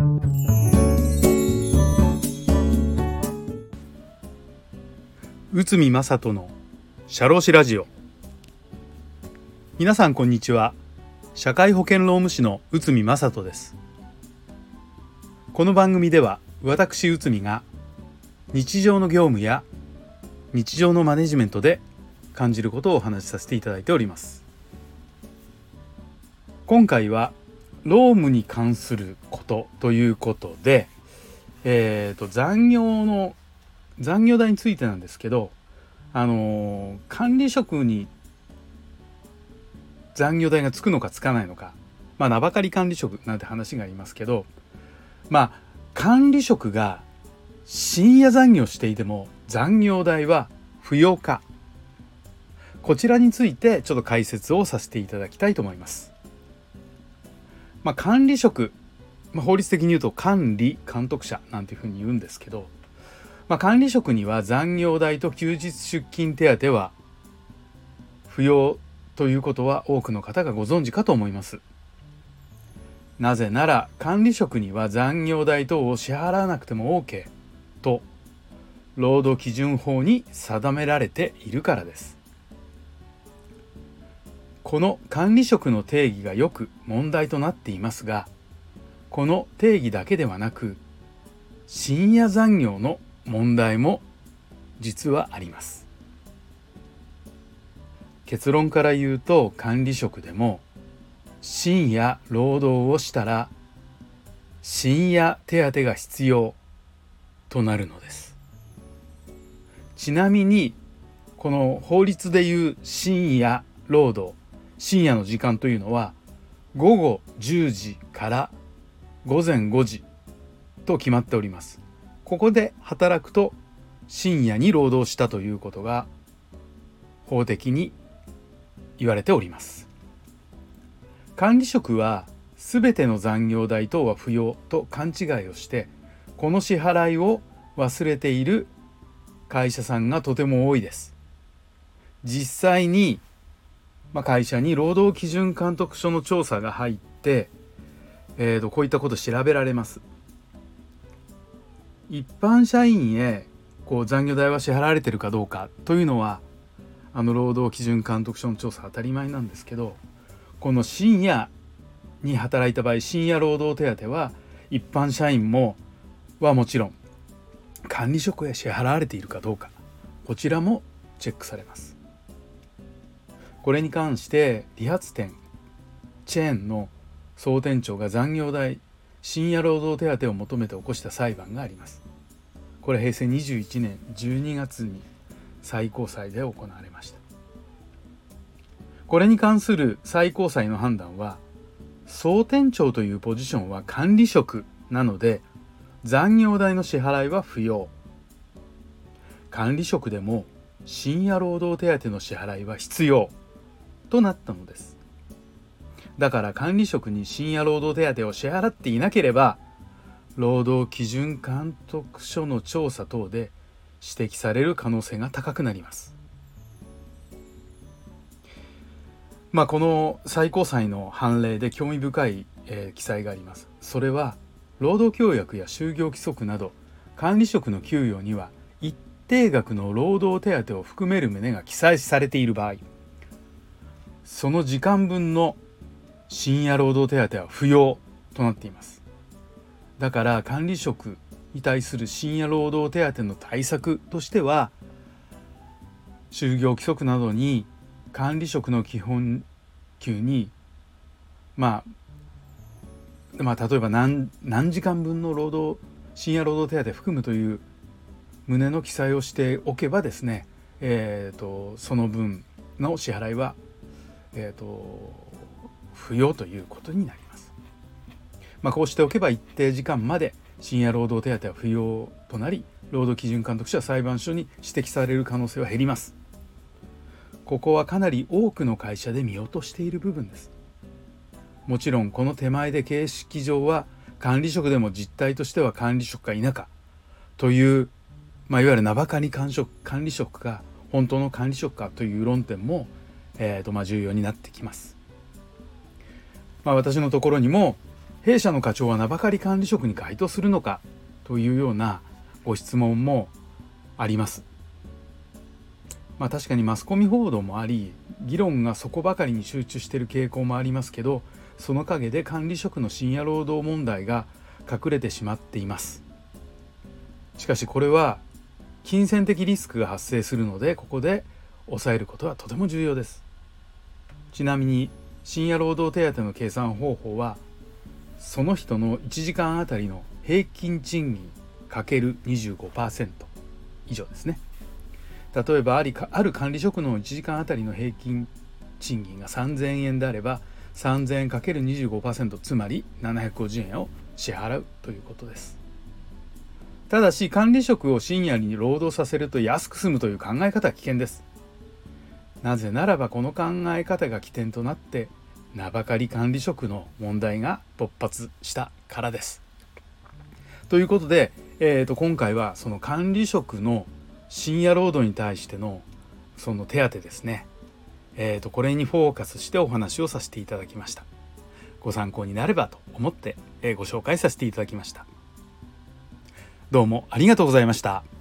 内海正人の社労士ラジオ。皆さんこんにちは。社会保険労務士の内海正人です。この番組では私内海が日常の業務や日常のマネジメントで感じることをお話しさせていただいております。今回は労務に関することということで、残業代についてなんですけど、管理職に残業代がつくのかつかないのか、名ばかり管理職なんて話がありますけど、管理職が深夜残業していても残業代は不要か、こちらについてちょっと解説をさせていただきたいと思います。管理職、法律的に言うと管理監督者なんていうふうに言うんですけど、管理職には残業代と休日出勤手当は不要ということは多くの方がご存知かと思います。なぜなら管理職には残業代等を支払わなくても OK と労働基準法に定められているからです。この管理職の定義がよく問題となっていますが、この定義だけではなく深夜残業の問題も実はあります。結論から言うと、管理職でも深夜労働をしたら深夜手当が必要となるのです。ちなみにこの法律でいう深夜労働、深夜の時間というのは午後10時から午前5時と決まっております。ここで働くと深夜に労働したということが法的に言われております。管理職はすべての残業代等は不要と勘違いをして、この支払いを忘れている会社さんがとても多いです。実際に会社に労働基準監督署の調査が入って、こういったことを調べられます。一般社員へ残業代は支払われているかどうかというのは労働基準監督署の調査当たり前なんですけど、この深夜に働いた場合、深夜労働手当は一般社員はもちろん管理職へ支払われているかどうか、こちらもチェックされます。これに関して理髪店チェーンの総店長が残業代深夜労働手当を求めて起こした裁判があります。これ平成21年12月に最高裁で行われました。これに関する最高裁の判断は、総店長というポジションは管理職なので残業代の支払いは不要、管理職でも深夜労働手当の支払いは必要となったのです。だから管理職に深夜労働手当を支払っていなければ、労働基準監督署の調査等で指摘される可能性が高くなります。この最高裁の判例で興味深い、記載があります。それは労働協約や就業規則など管理職の給与には一定額の労働手当を含める旨が記載されている場合、その時間分の深夜労働手当は不要となっています。だから管理職に対する深夜労働手当の対策としては、就業規則などに管理職の基本給に例えば何時間分の深夜労働手当を含むという旨の記載をしておけばですね、その分の支払いは不要ということになります。こうしておけば一定時間まで深夜労働手当は不要となり、労働基準監督署や裁判所に指摘される可能性は減ります。ここはかなり多くの会社で見落としている部分です。もちろんこの手前で形式上は管理職でも実態としては管理職か否かという、いわゆる名ばかり管理職か本当の管理職かという論点も重要になってきます。私のところにも、 弊社の課長は名ばかり管理職に該当するのかというようなご質問もあります。確かにマスコミ報道もあり、議論がそこばかりに集中している傾向もありますけど、その陰で管理職の深夜労働問題が隠れてしまっています。しかしこれは金銭的リスクが発生するので、ここで抑えることはとても重要です。ちなみに深夜労働手当の計算方法は、その人の1時間あたりの平均賃金 ×25% 以上ですね。例えばある管理職の1時間あたりの平均賃金が3000円であれば、3000円 ×25%、 つまり750円を支払うということです。ただし管理職を深夜に労働させると安く済むという考え方は危険です。なぜならばこの考え方が起点となって名ばかり管理職の問題が勃発したからです。ということで、今回はその管理職の深夜労働に対してのその手当ですね、これにフォーカスしてお話をさせていただきました。ご参考になればと思って、ご紹介させていただきました。どうもありがとうございました。